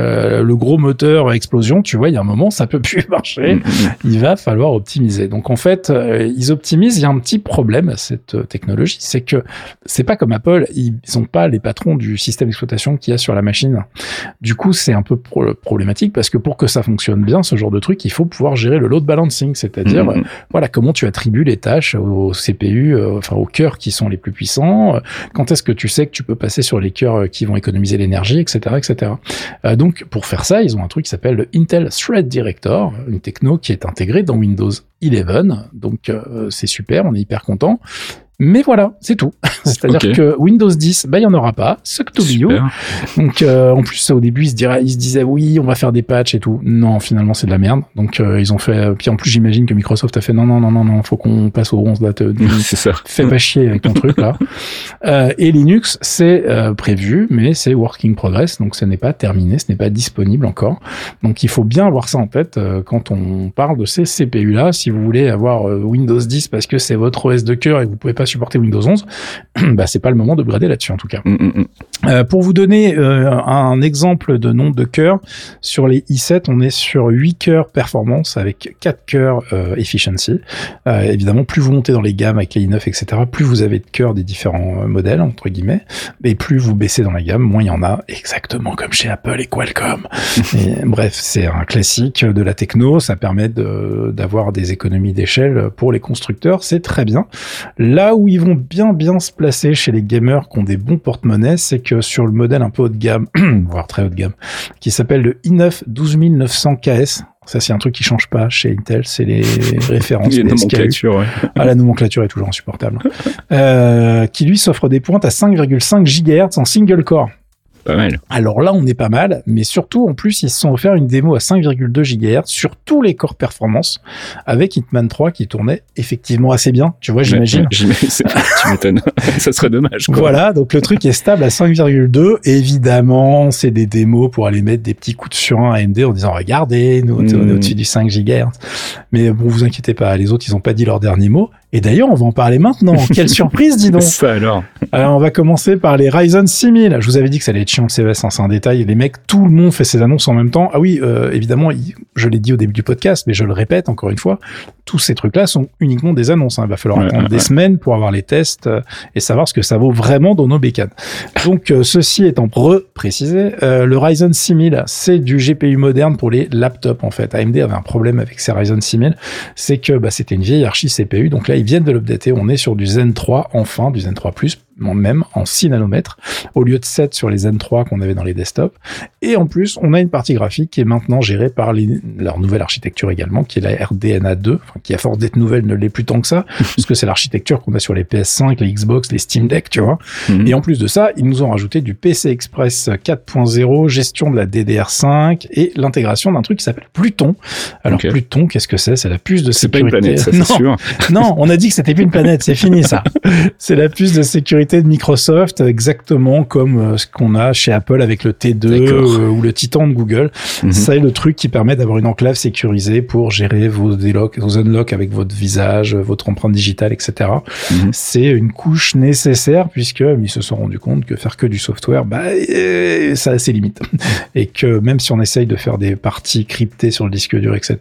Le gros moteur explosion, tu vois, il y a un moment, ça peut plus marcher. Il va falloir optimiser. Donc, en fait, ils optimisent. Il y a un petit problème à cette technologie, c'est que c'est pas comme Apple, ils ont pas les patrons du système d'exploitation qu'il y a sur la machine. Du coup, c'est un peu problématique parce que pour que ça fonctionne bien, ce genre de truc, il faut pouvoir gérer le load balancing, c'est-à-dire, voilà, comment tu attribues les tâches aux CPU, enfin, aux cœurs qui sont les plus puissants, quand est-ce que tu sais que tu peux passer sur les cœurs qui vont économiser l'énergie, etc., etc. Donc, pour faire ça, ils ont un truc qui s'appelle le Intel Thread Director, une techno qui est intégrée dans Windows 11, donc c'est super, on est hyper content. Mais voilà, c'est tout. C'est-à-dire que Windows 10, il y en aura pas. Suck to be you. Donc, en plus, au début, ils se disaient, oui, on va faire des patchs et tout. Non, finalement, c'est de la merde. Donc, ils ont fait, puis en plus, j'imagine que Microsoft a fait, non, faut qu'on passe au 11, là, c'est ça. Fais pas chier avec ton truc, là. Et Linux, c'est prévu, mais c'est working progress. Donc, ce n'est pas terminé, ce n'est pas disponible encore. Donc, il faut bien avoir ça en tête quand on parle de ces CPU-là. Si vous voulez avoir Windows 10 parce que c'est votre OS de cœur et vous pouvez pas supporter Windows 11, c'est pas le moment de brader là-dessus en tout cas. Pour vous donner un exemple de nombre de cœurs, sur les i7, on est sur 8 cœurs performance avec 4 cœurs efficiency. Évidemment, plus vous montez dans les gammes avec les i9, etc., plus vous avez de cœurs des différents modèles, entre guillemets, et plus vous baissez dans la gamme, moins il y en a, exactement comme chez Apple et Qualcomm. Et, bref, c'est un classique de la techno, ça permet d'avoir des économies d'échelle pour les constructeurs, c'est très bien. Là là où ils vont bien se placer chez les gamers qui ont des bons porte-monnaies, c'est que sur le modèle un peu haut de gamme, voire très haut de gamme, qui s'appelle le i9 12900 KS, ça c'est un truc qui change pas chez Intel, c'est les références. La nomenclature, ouais. Ah, la nomenclature est toujours insupportable. Qui lui s'offre des pointes à 5,5 GHz en single core. Pas mal. Alors là, on est pas mal, mais surtout, en plus, ils se sont offerts une démo à 5,2 GHz sur tous les corps performance avec Hitman 3 qui tournait effectivement assez bien. Tu vois, j'imagine. Tu m'étonnes. Ça serait dommage, quoi. Voilà, donc le truc est stable à 5,2. Évidemment, c'est des démos pour aller mettre des petits coups de surin à AMD en disant, regardez, nous, on est au-dessus du 5 GHz. Mais bon, vous inquiétez pas, les autres, ils ont pas dit leur dernier mot. Et d'ailleurs, on va en parler maintenant. Quelle surprise, dis donc. Ça alors. Alors, on va commencer par les Ryzen 6000. Je vous avais dit que ça allait être chiant le CES, hein, c'est un détail. Les mecs, tout le monde fait ses annonces en même temps. Ah oui, évidemment, je l'ai dit au début du podcast, mais je le répète encore une fois, tous ces trucs-là sont uniquement des annonces. Hein. Il va falloir attendre des semaines pour avoir les tests et savoir ce que ça vaut vraiment dans nos bécanes. Donc, ceci étant précisé, le Ryzen 6000, c'est du GPU moderne pour les laptops, en fait. AMD avait un problème avec ses Ryzen 6000, c'est que c'était une vieille archi CPU. Donc là, ils viennent de l'updater. On est sur du Zen 3, enfin, du Zen 3+, même en 6 nanomètres, au lieu de 7 sur les Zen 3 qu'on avait dans les desktops. Et en plus, on a une partie graphique qui est maintenant gérée par leur nouvelle architecture également, qui est la RDNA 2, qui à force d'être nouvelle ne l'est plus tant que ça, parce que c'est l'architecture qu'on a sur les PS5, les Xbox, les Steam Deck, tu vois. Et en plus de ça, ils nous ont rajouté du PC Express 4.0, gestion de la DDR5 et l'intégration d'un truc qui s'appelle Pluton. Alors Pluton, qu'est-ce que c'est? C'est la puce de sécurité. C'est pas une planète, ça, c'est sûr. Non, on a dit que c'était plus une planète, c'est fini ça. C'est la puce de sécurité de Microsoft, exactement comme ce qu'on a chez Apple avec le T2 ou le Titan de Google. C'est le truc qui permet d'avoir une enclave sécurisée pour gérer vos unlocks avec votre visage, votre empreinte digitale, etc. C'est une couche nécessaire puisque ils se sont rendus compte que faire que du software, ça a ses limites. Et que même si on essaye de faire des parties cryptées sur le disque dur, etc.,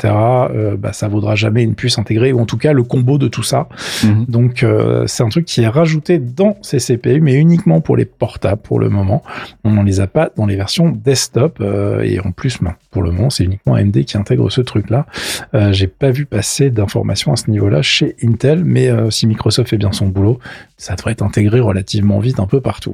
ça vaudra jamais une puce intégrée, ou en tout cas le combo de tout ça. Donc c'est un truc qui est rajouté dans ces CPU, mais uniquement pour les portables pour le moment. On ne les a pas dans les versions desktop, et en plus, pour le moment, c'est uniquement AMD qui intègre ce truc-là. J'ai pas vu passer d'informations à ce niveau-là chez Intel, mais si Microsoft fait bien son boulot, ça devrait être intégré relativement vite un peu partout.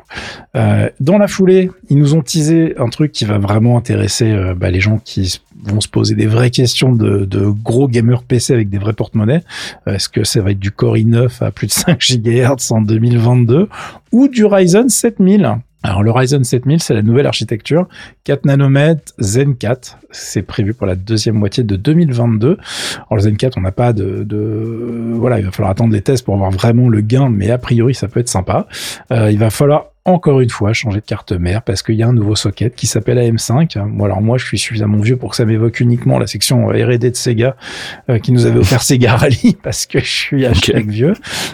Dans la foulée, ils nous ont teasé un truc qui va vraiment intéresser les gens qui vont se poser des vraies questions de gros gamers PC avec des vrais porte-monnaies. Est-ce que ça va être du Core i9 à plus de 5 GHz en 2022 ou du Ryzen 7000? Alors le Ryzen 7000, c'est la nouvelle architecture, 4 nanomètres, Zen 4, c'est prévu pour la deuxième moitié de 2022. Alors le Zen 4, on n'a pas voilà, il va falloir attendre les tests pour avoir vraiment le gain, mais a priori ça peut être sympa. Il va falloir encore une fois changer de carte mère parce qu'il y a un nouveau socket qui s'appelle AM5. Bon, alors moi je suis suffisamment vieux pour que ça m'évoque uniquement la section R&D de Sega qui nous avait offert Sega Rally parce que je suis hashtag vieux.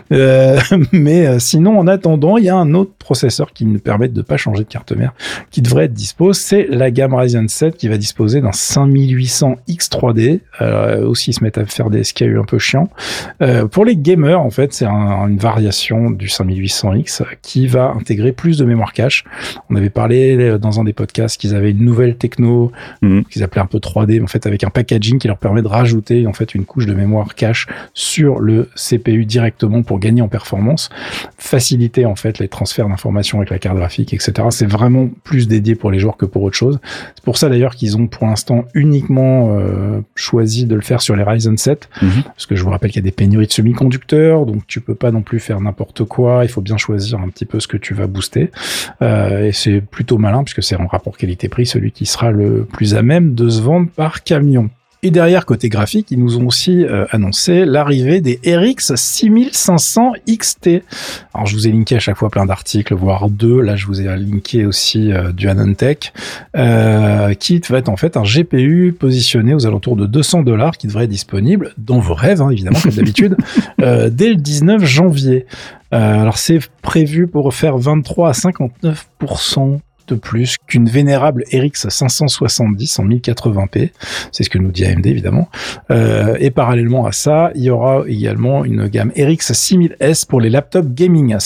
Mais sinon en attendant il y a un autre processeur qui nous permet de pas changer de carte mère qui devrait être dispo, c'est la gamme Ryzen 7 qui va disposer d'un 5800X 3D. Aussi ils se mettent à faire des SKU un peu chiants. Pour les gamers en fait c'est une variation du 5800X qui va intégrer plus de mémoire cache. On avait parlé dans un des podcasts qu'ils avaient une nouvelle techno qu'ils appelaient un peu 3D, en fait, avec un packaging qui leur permet de rajouter en fait une couche de mémoire cache sur le CPU directement pour gagner en performance, faciliter en fait les transferts d'informations avec la carte graphique, etc. C'est vraiment plus dédié pour les joueurs que pour autre chose. C'est pour ça d'ailleurs qu'ils ont pour l'instant uniquement choisi de le faire sur les Ryzen 7, parce que je vous rappelle qu'il y a des pénuries de semi-conducteurs, donc tu peux pas non plus faire n'importe quoi. Il faut bien choisir un petit peu ce que tu vas booster. Et c'est plutôt malin puisque c'est en rapport qualité-prix celui qui sera le plus à même de se vendre par camion. Et derrière, côté graphique, ils nous ont aussi annoncé l'arrivée des RX 6500 XT. Alors, je vous ai linké à chaque fois plein d'articles, voire 2. Là, je vous ai linké aussi du AnandTech, qui va être en fait un GPU positionné aux alentours de $200, qui devrait être disponible dans vos rêves, hein, évidemment, comme d'habitude, dès le 19 janvier. Alors, c'est prévu pour faire 23 à 59% de plus qu'une vénérable RX 570 en 1080p. C'est ce que nous dit AMD, évidemment. Et parallèlement à ça, il y aura également une gamme RX 6000S pour les laptops gaming. C'est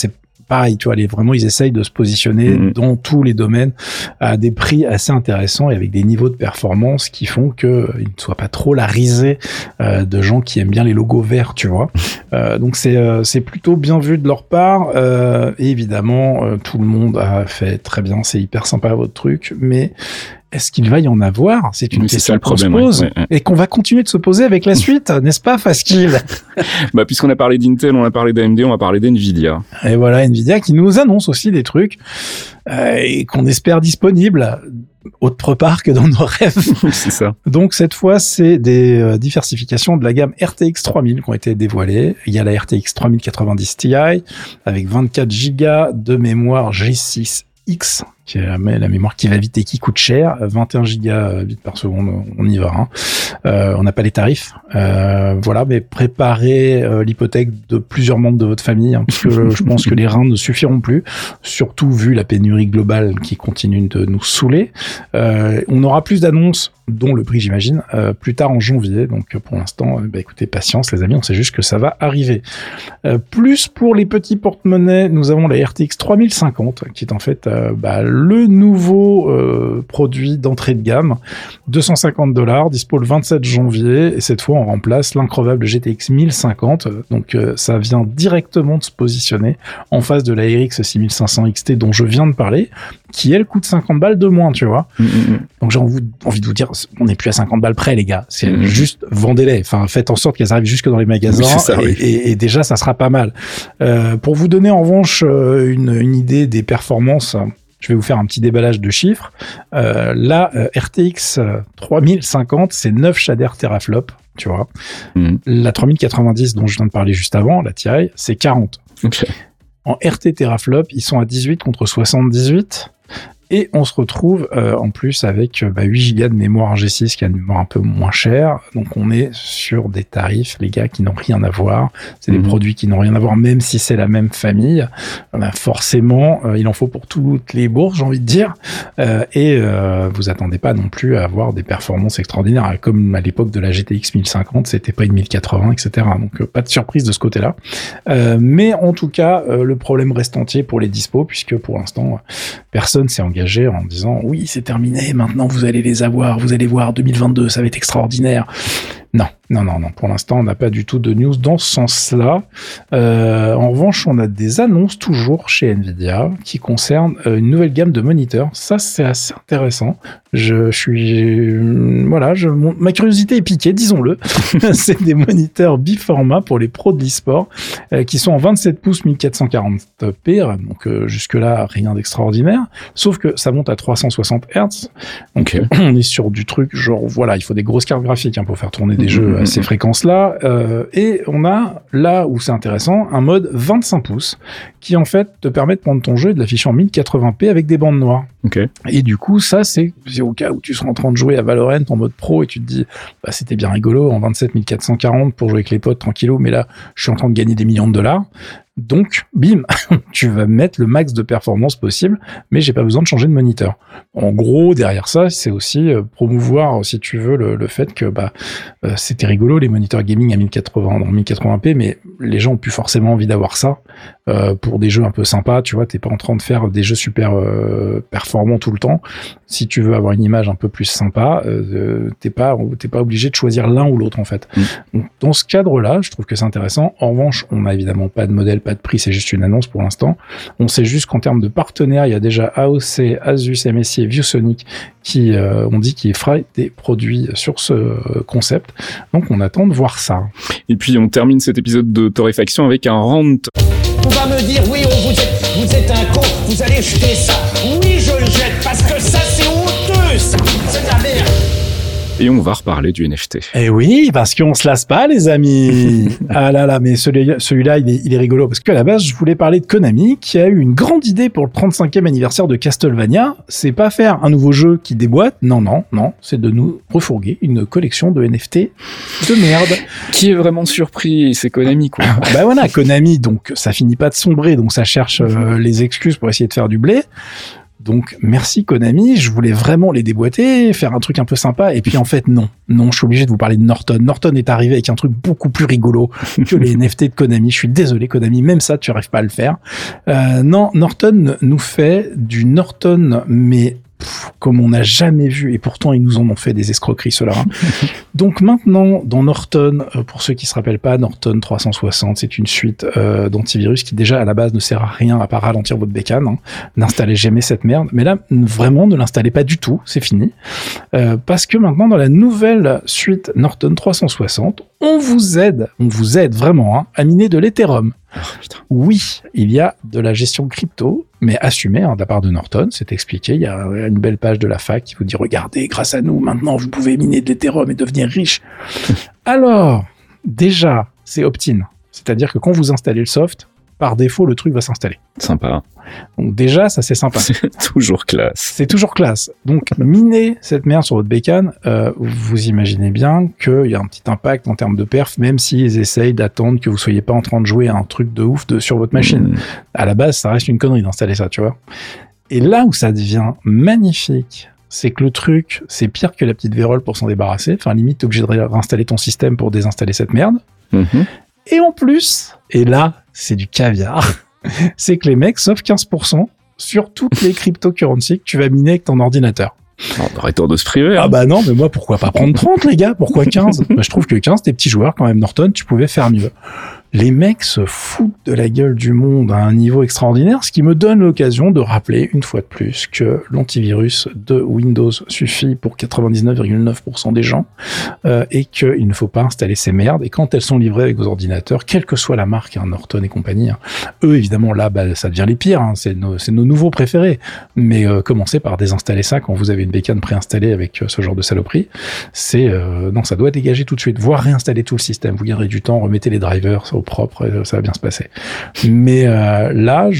pareil, tu vois, ils essayent de se positionner dans tous les domaines à des prix assez intéressants et avec des niveaux de performance qui font que ils ne soient pas trop la risée de gens qui aiment bien les logos verts, tu vois. Donc c'est plutôt bien vu de leur part. Et évidemment, tout le monde a fait très bien, c'est hyper sympa votre truc, mais est-ce qu'il va y en avoir? C'est une question qu'on se pose et qu'on va continuer de se poser avec la suite, n'est-ce pas, Faskil? Bah, puisqu'on a parlé d'Intel, on a parlé d'AMD, on va parler d'NVIDIA. Et voilà, NVIDIA qui nous annonce aussi des trucs et qu'on espère disponibles autre part que dans nos rêves. C'est ça. Donc cette fois, c'est des diversifications de la gamme RTX 3000 qui ont été dévoilées. Il y a la RTX 3090 Ti avec 24 Go de mémoire G6X, qui est la mémoire qui va vite et qui coûte cher, 21 gigabits par seconde, on y va. On n'a pas les tarifs, voilà, mais préparez l'hypothèque de plusieurs membres de votre famille, parce que je pense que les reins ne suffiront plus, surtout vu la pénurie globale qui continue de nous saouler. On aura plus d'annonces, dont le prix, j'imagine, plus tard en janvier. Donc pour l'instant, écoutez, patience les amis, on sait juste que ça va arriver. Plus pour les petits porte-monnaies, nous avons la RTX 3050, qui est en fait le nouveau produit d'entrée de gamme, $250, dispo le 27 janvier, et cette fois on remplace l'increvable GTX 1050, donc ça vient directement de se positionner en face de la RX 6500 XT dont je viens de parler, qui elle coûte 50 balles de moins, tu vois. Donc j'ai envie de vous dire, on n'est plus à 50 balles près les gars, c'est juste vendez-les, enfin faites en sorte qu'elles arrivent jusque dans les magasins, et déjà ça sera pas mal. Pour vous donner en revanche une idée des performances, je vais vous faire un petit déballage de chiffres. La RTX 3050, c'est 9 shaders teraflops, tu vois. La 3090 dont je viens de parler juste avant, la TI, c'est 40. Okay. En RT teraflop, ils sont à 18 contre 78. Et on se retrouve en plus avec 8 Go de mémoire G6 qui a une mémoire un peu moins chère. Donc on est sur des tarifs, les gars, qui n'ont rien à voir. C'est des produits qui n'ont rien à voir, même si c'est la même famille. Forcément, il en faut pour toutes les bourses, j'ai envie de dire. Et vous attendez pas non plus à avoir des performances extraordinaires. Comme à l'époque de la GTX 1050, c'était pas une 1080, etc. Donc pas de surprise de ce côté-là. Mais en tout cas, le problème reste entier pour les dispos, puisque pour l'instant, personne s'est engagé en disant oui, c'est terminé, maintenant vous allez les avoir, vous allez voir 2022, ça va être extraordinaire. Non. Pour l'instant, on n'a pas du tout de news dans ce sens-là. En revanche, on a des annonces toujours chez Nvidia qui concernent une nouvelle gamme de moniteurs. Ça, c'est assez intéressant. Ma curiosité est piquée, disons-le. C'est des moniteurs biformat pour les pros de l'e-sport qui sont en 27 pouces 1440p. Donc jusque-là, rien d'extraordinaire. Sauf que ça monte à 360 Hz. Donc on est sur du truc genre, voilà, il faut des grosses cartes graphiques pour faire tourner des jeux à ces fréquences-là. Et on a, là où c'est intéressant, un mode 25 pouces qui en fait te permet de prendre ton jeu et de l'afficher en 1080p avec des bandes noires. Et du coup, ça, c'est au cas où tu seras en train de jouer à Valorant en mode pro et tu te dis, c'était bien rigolo en 27 1440 pour jouer avec les potes tranquillou, mais là, je suis en train de gagner des millions de dollars. Donc, bim, tu vas mettre le max de performance possible, mais j'ai pas besoin de changer de moniteur. En gros, derrière ça, c'est aussi promouvoir, si tu veux, le fait que c'était rigolo les moniteurs gaming à 1080p, mais les gens ont plus forcément envie d'avoir ça pour des jeux un peu sympas. Tu vois, t'es pas en train de faire des jeux super performants tout le temps. Si tu veux avoir une image un peu plus sympa, t'es pas obligé de choisir l'un ou l'autre en fait. Donc, dans ce cadre-là, je trouve que c'est intéressant. En revanche, on n'a évidemment pas de modèle, pas de prix, c'est juste une annonce pour l'instant. On sait juste qu'en termes de partenaires, il y a déjà AOC, Asus, MSI et ViewSonic qui ont dit qu'ils feraient des produits sur ce concept. Donc on attend de voir ça. Et puis on termine cet épisode de Torréfaction avec un rant. On va me dire, oui, vous êtes un con, vous allez jeter ça. Oui, je le jette, parce que ça, c'est honteux, ça. C'est de la merde. Et on va reparler du NFT. Eh oui, parce qu'on se lasse pas, les amis. Ah là là, mais celui-là, il est rigolo. Parce qu'à la base, je voulais parler de Konami, qui a eu une grande idée pour le 35e anniversaire de Castlevania. C'est pas faire un nouveau jeu qui déboîte. Non. C'est de nous refourguer une collection de NFT de merde. Qui est vraiment surpris? C'est Konami, quoi. Voilà, Konami. Donc, ça finit pas de sombrer. Donc, ça cherche les excuses pour essayer de faire du blé. Donc, merci Konami, je voulais vraiment les déboîter, faire un truc un peu sympa, et puis en fait, non, je suis obligé de vous parler de Norton. Norton est arrivé avec un truc beaucoup plus rigolo que les NFT de Konami. Je suis désolé Konami, même ça, tu arrives pas à le faire. Non, Norton nous fait du Norton, mais comme on n'a jamais vu, et pourtant ils nous en ont fait des escroqueries ceux-là. Donc maintenant, dans Norton, pour ceux qui se rappellent pas, Norton 360, c'est une suite d'antivirus qui déjà à la base ne sert à rien à part ralentir votre bécane. N'installez jamais cette merde. Mais là, vraiment, ne l'installez pas du tout, c'est fini. Parce que maintenant, dans la nouvelle suite Norton 360, on vous aide vraiment à miner de l'Ethereum. Oui, il y a de la gestion crypto, mais assumée de la part de Norton, c'est expliqué. Il y a une belle page de la fac qui vous dit « Regardez, grâce à nous, maintenant, vous pouvez miner de l'Ethereum et devenir riche. » Alors, déjà, c'est opt-in. C'est-à-dire que quand vous installez le soft, par défaut, le truc va s'installer. Sympa. Donc déjà, ça c'est sympa. C'est toujours classe. C'est toujours classe. Donc, miner cette merde sur votre bécane, vous imaginez bien qu'il y a un petit impact en termes de perf, même s'ils essayent d'attendre que vous soyez pas en train de jouer à un truc de ouf sur votre machine. À la base, ça reste une connerie d'installer ça, tu vois. Et là où ça devient magnifique, c'est que le truc, c'est pire que la petite vérole pour s'en débarrasser. Enfin, limite, t'es obligé de réinstaller ton système pour désinstaller cette merde. Et en plus, et là, c'est du caviar, c'est que les mecs sauvent 15% sur toutes les cryptocurrencies que tu vas miner avec ton ordinateur. Arrêtons de se priver. Ah bah non, mais moi, pourquoi pas prendre 30, les gars? Pourquoi 15? Je trouve que 15, t'es petits joueurs quand même, Norton, tu pouvais faire mieux. Les mecs se foutent de la gueule du monde à un niveau extraordinaire, ce qui me donne l'occasion de rappeler une fois de plus que l'antivirus de Windows suffit pour 99,9% des gens et qu'il ne faut pas installer ces merdes. Et quand elles sont livrées avec vos ordinateurs, quelle que soit la marque, Norton et compagnie, eux évidemment là, ça devient les pires, c'est nos nouveaux préférés. Mais commencez par désinstaller ça quand vous avez une bécane préinstallée avec ce genre de saloperie. Non, ça doit dégager tout de suite, voire réinstaller tout le système. Vous gagnerez du temps, remettez les drivers au propre, ça va bien se passer. Mais là,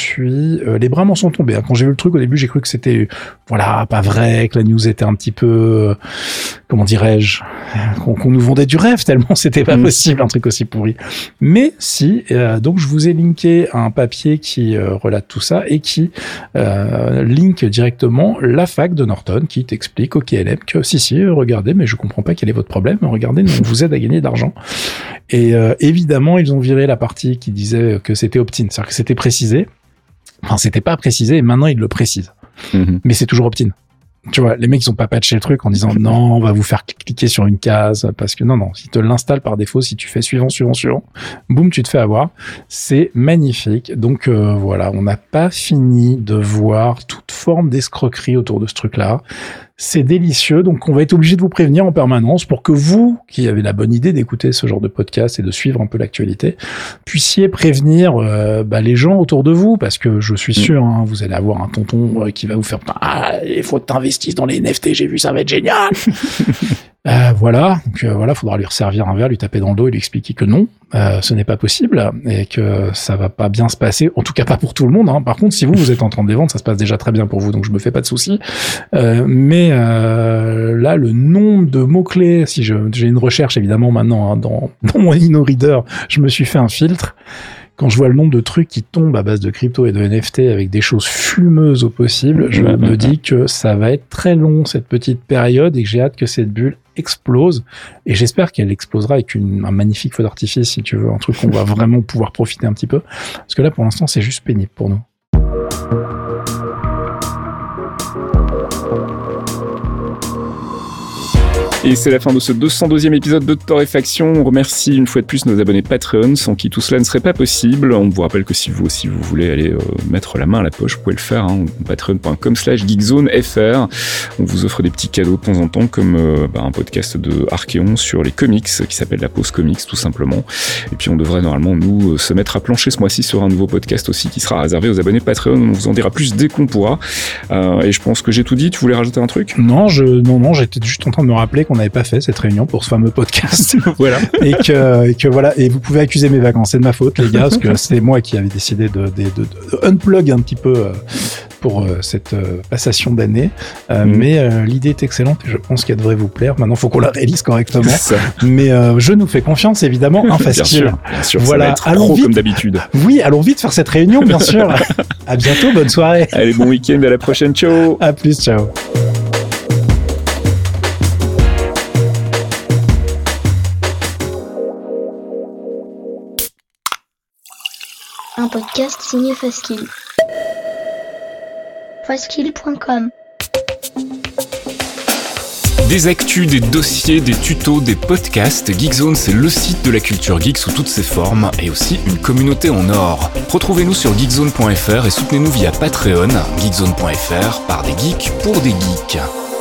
les bras m'en sont tombés. Quand j'ai vu le truc au début, j'ai cru que c'était pas vrai, que la news était un petit peu, comment dirais-je, qu'on nous vendait du rêve tellement c'était pas possible un truc aussi pourri. Mais si, donc je vous ai linké un papier qui relate tout ça et qui link directement la fac de Norton qui t'explique au KLM que si, regardez, mais je comprends pas quel est votre problème. Regardez, on vous aide à gagner de l'argent. Et évidemment, ils ont viré la partie qui disait que c'était opt-in, c'est-à-dire que c'était précisé. Enfin, c'était pas précisé et maintenant ils le précisent. Mais c'est toujours opt-in. Tu vois, les mecs ils ont pas patché le truc en disant non, on va vous faire cliquer sur une case parce que non, ils te l'installent par défaut. Si tu fais suivant, boum, tu te fais avoir. C'est magnifique. Donc voilà, on n'a pas fini de voir toute forme d'escroquerie autour de ce truc-là. C'est délicieux, donc on va être obligé de vous prévenir en permanence pour que vous, qui avez la bonne idée d'écouter ce genre de podcast et de suivre un peu l'actualité, puissiez prévenir les gens autour de vous, parce que je suis sûr, vous allez avoir un tonton qui va vous faire « Ah, il faut que t'investisses dans les NFT, j'ai vu, ça va être génial !» Voilà, faudra lui resservir un verre, lui taper dans le dos et lui expliquer que non, ce n'est pas possible et que ça va pas bien se passer, en tout cas pas pour tout le monde. Par contre, si vous êtes en train de les vendre, ça se passe déjà très bien pour vous, donc je me fais pas de soucis. Mais là, le nombre de mots-clés, si j'ai une recherche évidemment maintenant dans mon InnoReader, je me suis fait un filtre. Quand je vois le nombre de trucs qui tombent à base de crypto et de NFT avec des choses fumeuses au possible, je me dis que ça va être très long cette petite période et que j'ai hâte que cette bulle explose. Et j'espère qu'elle explosera avec un magnifique feu d'artifice, si tu veux, un truc qu'on va vraiment pouvoir profiter un petit peu. Parce que là, pour l'instant, c'est juste pénible pour nous. Et c'est la fin de ce 202e épisode de Torréfaction. On remercie une fois de plus nos abonnés Patreon, sans qui tout cela ne serait pas possible. On vous rappelle que si vous aussi vous voulez aller mettre la main à la poche, vous pouvez le faire, patreon.com/geekzonefr. On vous offre des petits cadeaux de temps en temps, comme un podcast de Archeon sur les comics, qui s'appelle La Pause Comics, tout simplement. Et puis on devrait normalement nous se mettre à plancher ce mois-ci sur un nouveau podcast aussi, qui sera réservé aux abonnés Patreon. On vous en dira plus dès qu'on pourra. Et je pense que j'ai tout dit. Tu voulais rajouter un truc ? Non, j'étais juste en train de me rappeler qu'on n'avait pas fait cette réunion pour ce fameux podcast. Voilà. Et que voilà. Et vous pouvez accuser mes vacances. C'est de ma faute, les gars, parce que c'est moi qui avais décidé de unplug un petit peu pour cette passation d'année. Mais l'idée est excellente et je pense qu'elle devrait vous plaire. Maintenant, il faut qu'on la réalise correctement. Mais je nous fais confiance, évidemment. Facile. Bien sûr, voilà. Ça va être pro comme d'habitude. Oui, allons vite faire cette réunion, bien sûr. À bientôt, bonne soirée. Allez, bon week-end, à la prochaine, ciao. À plus, ciao. Un podcast signé Faskill. Faskill.com. Des actus, des dossiers, des tutos, des podcasts, Geekzone, c'est le site de la culture geek sous toutes ses formes et aussi une communauté en or. Retrouvez-nous sur geekzone.fr et soutenez-nous via Patreon, geekzone.fr, par des geeks pour des geeks.